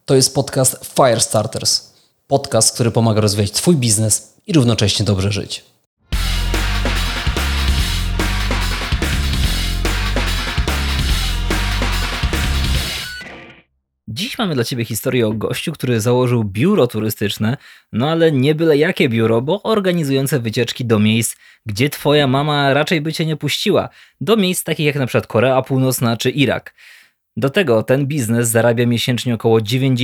To jest podcast Firestarters. Podcast, który pomaga rozwijać Twój biznes i równocześnie dobrze żyć. Dziś mamy dla Ciebie historię o gościu, który założył biuro turystyczne, no ale nie byle jakie biuro, bo organizujące wycieczki do miejsc, gdzie Twoja mama raczej by Cię nie puściła, do miejsc takich jak na przykład Korea Północna czy Irak. Do tego ten biznes zarabia miesięcznie około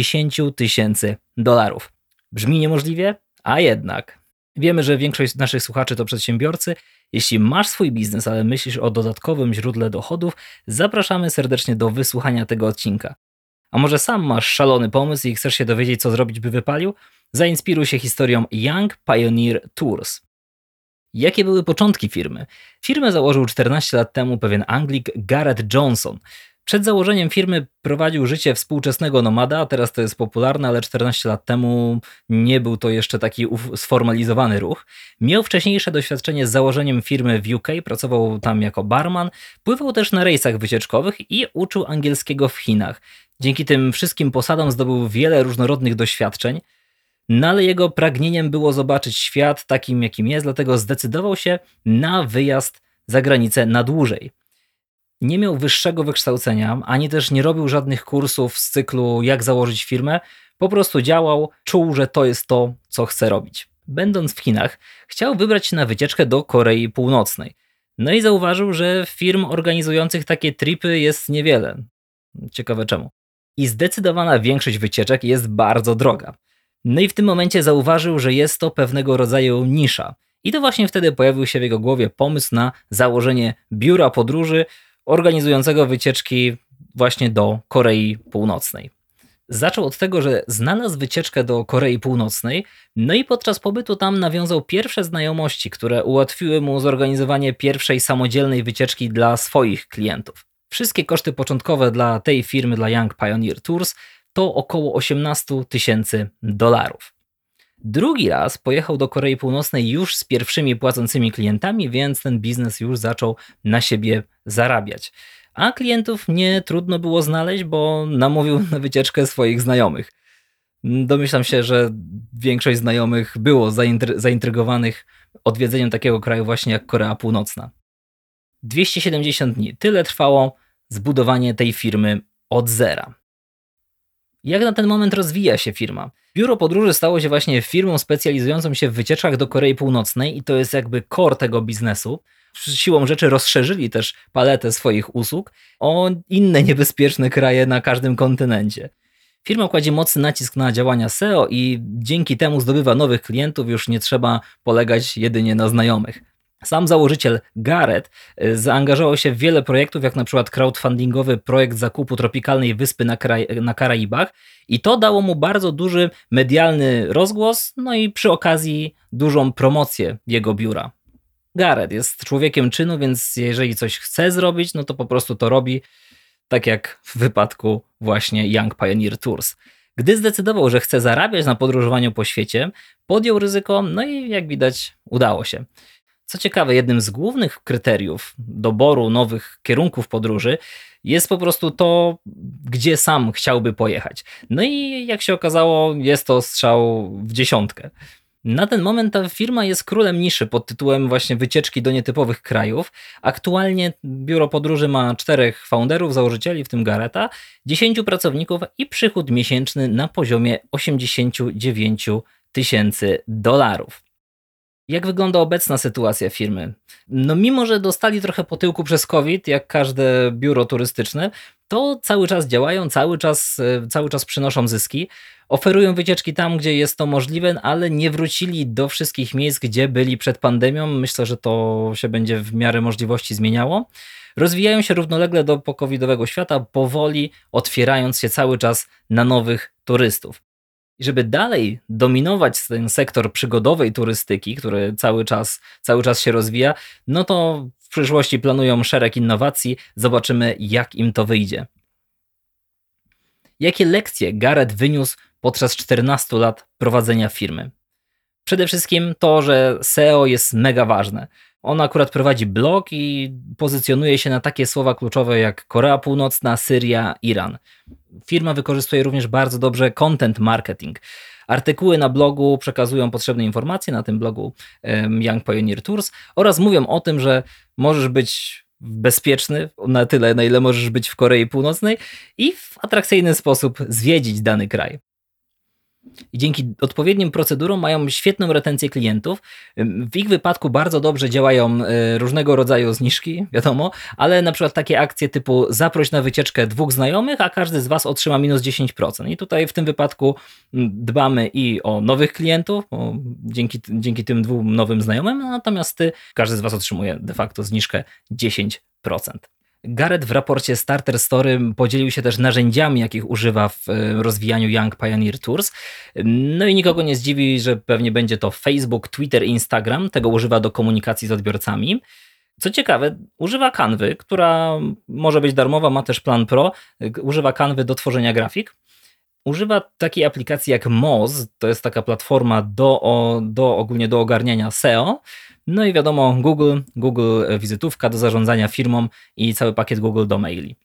$90,000. Brzmi niemożliwie? A jednak. Wiemy, że większość naszych słuchaczy to przedsiębiorcy. Jeśli masz swój biznes, ale myślisz o dodatkowym źródle dochodów, zapraszamy serdecznie do wysłuchania tego odcinka. A może sam masz szalony pomysł i chcesz się dowiedzieć, co zrobić, by wypalił? Zainspiruj się historią Young Pioneer Tours. Jakie były początki firmy? Firmę założył 14 lat temu pewien Anglik Gareth Johnson. Przed założeniem firmy prowadził życie współczesnego nomada, a teraz to jest popularne, ale 14 lat temu nie był to jeszcze taki sformalizowany ruch. Miał wcześniejsze doświadczenie z założeniem firmy w UK, pracował tam jako barman, pływał też na rejsach wycieczkowych i uczył angielskiego w Chinach. Dzięki tym wszystkim posadom zdobył wiele różnorodnych doświadczeń, no ale jego pragnieniem było zobaczyć świat takim, jakim jest, dlatego zdecydował się na wyjazd za granicę na dłużej. Nie miał wyższego wykształcenia, ani też nie robił żadnych kursów z cyklu jak założyć firmę, po prostu działał, czuł, że to jest to, co chce robić. Będąc w Chinach, chciał wybrać się na wycieczkę do Korei Północnej. No i zauważył, że firm organizujących takie tripy jest niewiele. Ciekawe czemu. I zdecydowana większość wycieczek jest bardzo droga. No i w tym momencie zauważył, że jest to pewnego rodzaju nisza. I to właśnie wtedy pojawił się w jego głowie pomysł na założenie biura podróży organizującego wycieczki właśnie do Korei Północnej. Zaczął od tego, że znalazł wycieczkę do Korei Północnej, no i podczas pobytu tam nawiązał pierwsze znajomości, które ułatwiły mu zorganizowanie pierwszej samodzielnej wycieczki dla swoich klientów. Wszystkie koszty początkowe dla tej firmy, dla Young Pioneer Tours, to około $18,000. Drugi raz pojechał do Korei Północnej już z pierwszymi płacącymi klientami, więc ten biznes już zaczął na siebie zarabiać. A klientów nie trudno było znaleźć, bo namówił na wycieczkę swoich znajomych. Domyślam się, że większość znajomych było zaintrygowanych odwiedzeniem takiego kraju właśnie jak Korea Północna. 270 dni. Tyle trwało zbudowanie tej firmy od zera. Jak na ten moment rozwija się firma? Biuro podróży stało się właśnie firmą specjalizującą się w wycieczkach do Korei Północnej i to jest jakby core tego biznesu. Siłą rzeczy rozszerzyli też paletę swoich usług o inne niebezpieczne kraje na każdym kontynencie. Firma kładzie mocny nacisk na działania SEO i dzięki temu zdobywa nowych klientów, już nie trzeba polegać jedynie na znajomych. Sam założyciel Gareth zaangażował się w wiele projektów, jak na przykład crowdfundingowy projekt zakupu tropikalnej wyspy na Karaibach i to dało mu bardzo duży medialny rozgłos, no i przy okazji dużą promocję jego biura. Gareth jest człowiekiem czynu, więc jeżeli coś chce zrobić, no to po prostu to robi, tak jak w wypadku właśnie Young Pioneer Tours. Gdy zdecydował, że chce zarabiać na podróżowaniu po świecie, podjął ryzyko, no i jak widać udało się. Co ciekawe, jednym z głównych kryteriów doboru nowych kierunków podróży jest po prostu to, gdzie sam chciałby pojechać. No i jak się okazało, jest to strzał w dziesiątkę. Na ten moment ta firma jest królem niszy pod tytułem właśnie wycieczki do nietypowych krajów. Aktualnie biuro podróży ma 4 founderów, założycieli, w tym Garetha, 10 pracowników i przychód miesięczny na poziomie $89,000. Jak wygląda obecna sytuacja firmy? No mimo, że dostali trochę po tyłku przez COVID, jak każde biuro turystyczne, to cały czas działają, cały czas przynoszą zyski. Oferują wycieczki tam, gdzie jest to możliwe, ale nie wrócili do wszystkich miejsc, gdzie byli przed pandemią. Myślę, że to się będzie w miarę możliwości zmieniało. Rozwijają się równolegle do po-covidowego świata, powoli otwierając się cały czas na nowych turystów. I żeby dalej dominować ten sektor przygodowej turystyki, który cały czas się rozwija, no to w przyszłości planują szereg innowacji. Zobaczymy, jak im to wyjdzie. Jakie lekcje Gareth wyniósł podczas 14 lat prowadzenia firmy? Przede wszystkim to, że SEO jest mega ważne. On akurat prowadzi blog i pozycjonuje się na takie słowa kluczowe jak Korea Północna, Syria, Iran. Firma wykorzystuje również bardzo dobrze content marketing. Artykuły na blogu przekazują potrzebne informacje na tym blogu Young Pioneer Tours oraz mówią o tym, że możesz być bezpieczny na tyle, na ile możesz być w Korei Północnej i w atrakcyjny sposób zwiedzić dany kraj. I dzięki odpowiednim procedurom mają świetną retencję klientów. W ich wypadku bardzo dobrze działają różnego rodzaju zniżki, wiadomo, ale na przykład takie akcje typu zaproś na wycieczkę 2 znajomych, a każdy z Was otrzyma minus 10%. I tutaj w tym wypadku dbamy i o nowych klientów, dzięki tym 2 nowym znajomym, natomiast każdy z Was otrzymuje de facto zniżkę 10%. Gareth w raporcie Starter Story podzielił się też narzędziami, jakich używa w rozwijaniu Young Pioneer Tours. No i nikogo nie zdziwi, że pewnie będzie to Facebook, Twitter i Instagram. Tego używa do komunikacji z odbiorcami. Co ciekawe, używa Canvy, która może być darmowa, ma też plan Pro. Używa Canvy do tworzenia grafik. Używa takiej aplikacji jak Moz, to jest taka platforma ogólnie do ogarniania SEO. No i wiadomo, Google wizytówka do zarządzania firmą i cały pakiet Google do maili.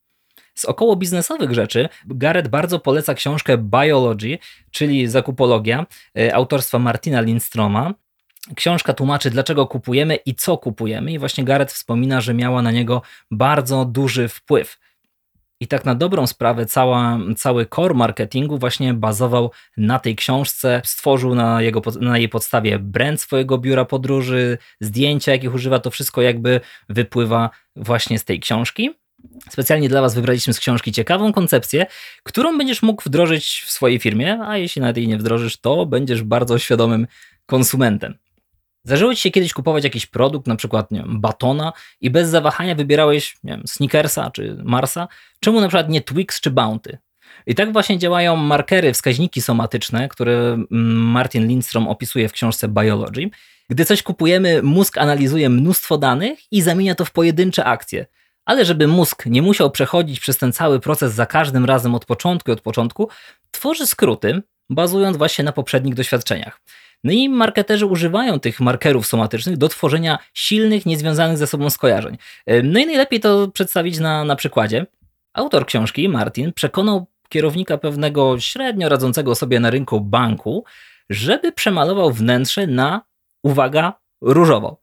Z około biznesowych rzeczy Gareth bardzo poleca książkę Biology, czyli zakupologia, autorstwa Martina Lindstroma. Książka tłumaczy, dlaczego kupujemy i co kupujemy i właśnie Gareth wspomina, że miała na niego bardzo duży wpływ. I tak na dobrą sprawę cały core marketingu właśnie bazował na tej książce. Stworzył na jej podstawie brand swojego biura podróży, zdjęcia, jakich używa, to wszystko jakby wypływa właśnie z tej książki. Specjalnie dla Was wybraliśmy z książki ciekawą koncepcję, którą będziesz mógł wdrożyć w swojej firmie, a jeśli nawet jej nie wdrożysz, to będziesz bardzo świadomym konsumentem. Zdarzyło Ci się kiedyś kupować jakiś produkt, na przykład batona i bez zawahania wybierałeś Snickersa czy Marsa? Czemu na przykład nie Twix czy Bounty? I tak właśnie działają markery, wskaźniki somatyczne, które Martin Lindstrom opisuje w książce Biology. Gdy coś kupujemy, mózg analizuje mnóstwo danych i zamienia to w pojedyncze akcje. Ale żeby mózg nie musiał przechodzić przez ten cały proces za każdym razem od początku, tworzy skróty, bazując właśnie na poprzednich doświadczeniach. No i marketerzy używają tych markerów somatycznych do tworzenia silnych, niezwiązanych ze sobą skojarzeń. No i najlepiej to przedstawić na przykładzie. Autor książki, Martin, przekonał kierownika pewnego średnio radzącego sobie na rynku banku, żeby przemalował wnętrze na, uwaga, różowo.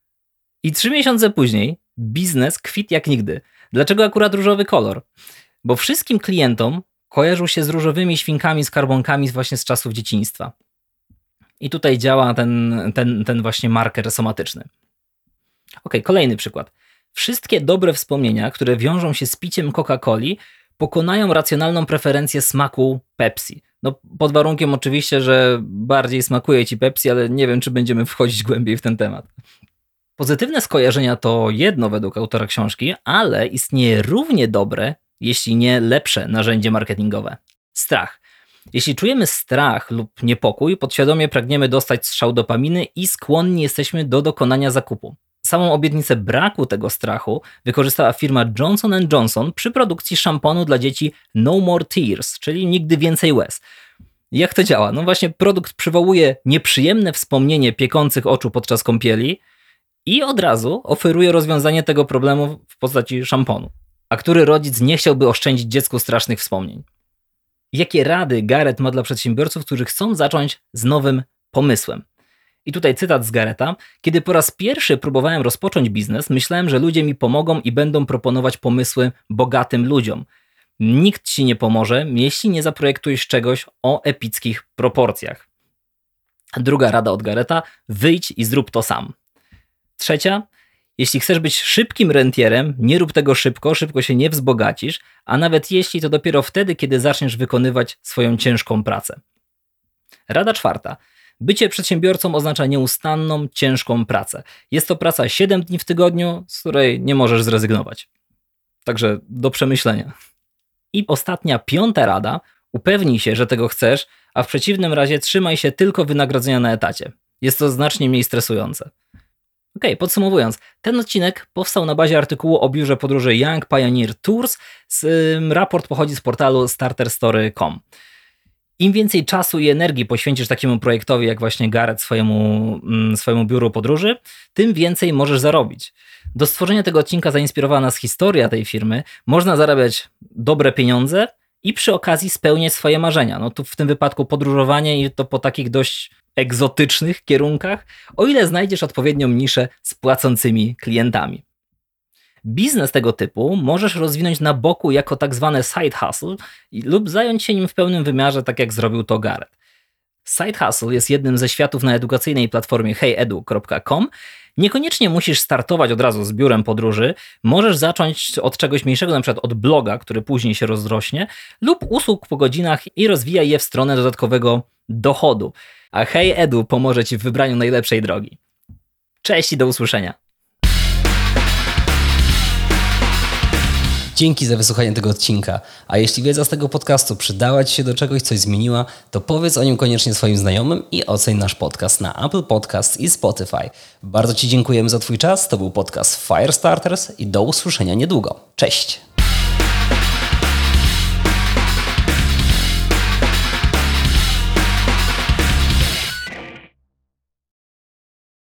I 3 miesiące później biznes kwitł jak nigdy. Dlaczego akurat różowy kolor? Bo wszystkim klientom kojarzył się z różowymi świnkami, skarbonkami właśnie z czasów dzieciństwa. I tutaj działa ten właśnie marker somatyczny. Kolejny przykład. Wszystkie dobre wspomnienia, które wiążą się z piciem Coca-Coli, pokonają racjonalną preferencję smaku Pepsi. No, pod warunkiem oczywiście, że bardziej smakuje Ci Pepsi, ale nie wiem, czy będziemy wchodzić głębiej w ten temat. Pozytywne skojarzenia to jedno według autora książki, ale istnieje równie dobre, jeśli nie lepsze narzędzie marketingowe. Strach. Jeśli czujemy strach lub niepokój, podświadomie pragniemy dostać strzał dopaminy i skłonni jesteśmy do dokonania zakupu. Samą obietnicę braku tego strachu wykorzystała firma Johnson & Johnson przy produkcji szamponu dla dzieci No More Tears, czyli nigdy więcej łez. Jak to działa? No właśnie produkt przywołuje nieprzyjemne wspomnienie piekących oczu podczas kąpieli i od razu oferuje rozwiązanie tego problemu w postaci szamponu. A który rodzic nie chciałby oszczędzić dziecku strasznych wspomnień? Jakie rady Gareth ma dla przedsiębiorców, którzy chcą zacząć z nowym pomysłem? I tutaj cytat z Garetha. Kiedy po raz pierwszy próbowałem rozpocząć biznes, myślałem, że ludzie mi pomogą i będą proponować pomysły bogatym ludziom. Nikt ci nie pomoże, jeśli nie zaprojektujesz czegoś o epickich proporcjach. Druga rada od Garetha. Wyjdź i zrób to sam. Trzecia. Jeśli chcesz być szybkim rentierem, nie rób tego szybko się nie wzbogacisz, a nawet jeśli to dopiero wtedy, kiedy zaczniesz wykonywać swoją ciężką pracę. Rada czwarta. Bycie przedsiębiorcą oznacza nieustanną, ciężką pracę. Jest to praca 7 dni w tygodniu, z której nie możesz zrezygnować. Także do przemyślenia. I ostatnia, 5. rada. Upewnij się, że tego chcesz, a w przeciwnym razie trzymaj się tylko wynagrodzenia na etacie. Jest to znacznie mniej stresujące. Podsumowując, ten odcinek powstał na bazie artykułu o biurze podróży Young Pioneer Tours. Raport pochodzi z portalu starterstory.com. Im więcej czasu i energii poświęcisz takiemu projektowi jak właśnie Gareth swojemu biuru podróży, tym więcej możesz zarobić. Do stworzenia tego odcinka zainspirowała nas historia tej firmy. Można zarabiać dobre pieniądze i przy okazji spełniać swoje marzenia. No tu w tym wypadku podróżowanie i to po takich dość egzotycznych kierunkach, o ile znajdziesz odpowiednią niszę z płacącymi klientami. Biznes tego typu możesz rozwinąć na boku jako tak zwane side hustle lub zająć się nim w pełnym wymiarze, tak jak zrobił to Gareth. Side hustle jest jednym ze światów na edukacyjnej platformie heyedu.com. Niekoniecznie musisz startować od razu z biurem podróży, możesz zacząć od czegoś mniejszego, na przykład od bloga, który później się rozrośnie, lub usług po godzinach i rozwijaj je w stronę dodatkowego dochodu. A HeyEdu pomoże Ci w wybraniu najlepszej drogi. Cześć i do usłyszenia. Dzięki za wysłuchanie tego odcinka, a jeśli wiedza z tego podcastu przydała Ci się do czegoś, coś zmieniła, to powiedz o nim koniecznie swoim znajomym i oceń nasz podcast na Apple Podcast i Spotify. Bardzo Ci dziękujemy za Twój czas, to był podcast Firestarters i do usłyszenia niedługo. Cześć!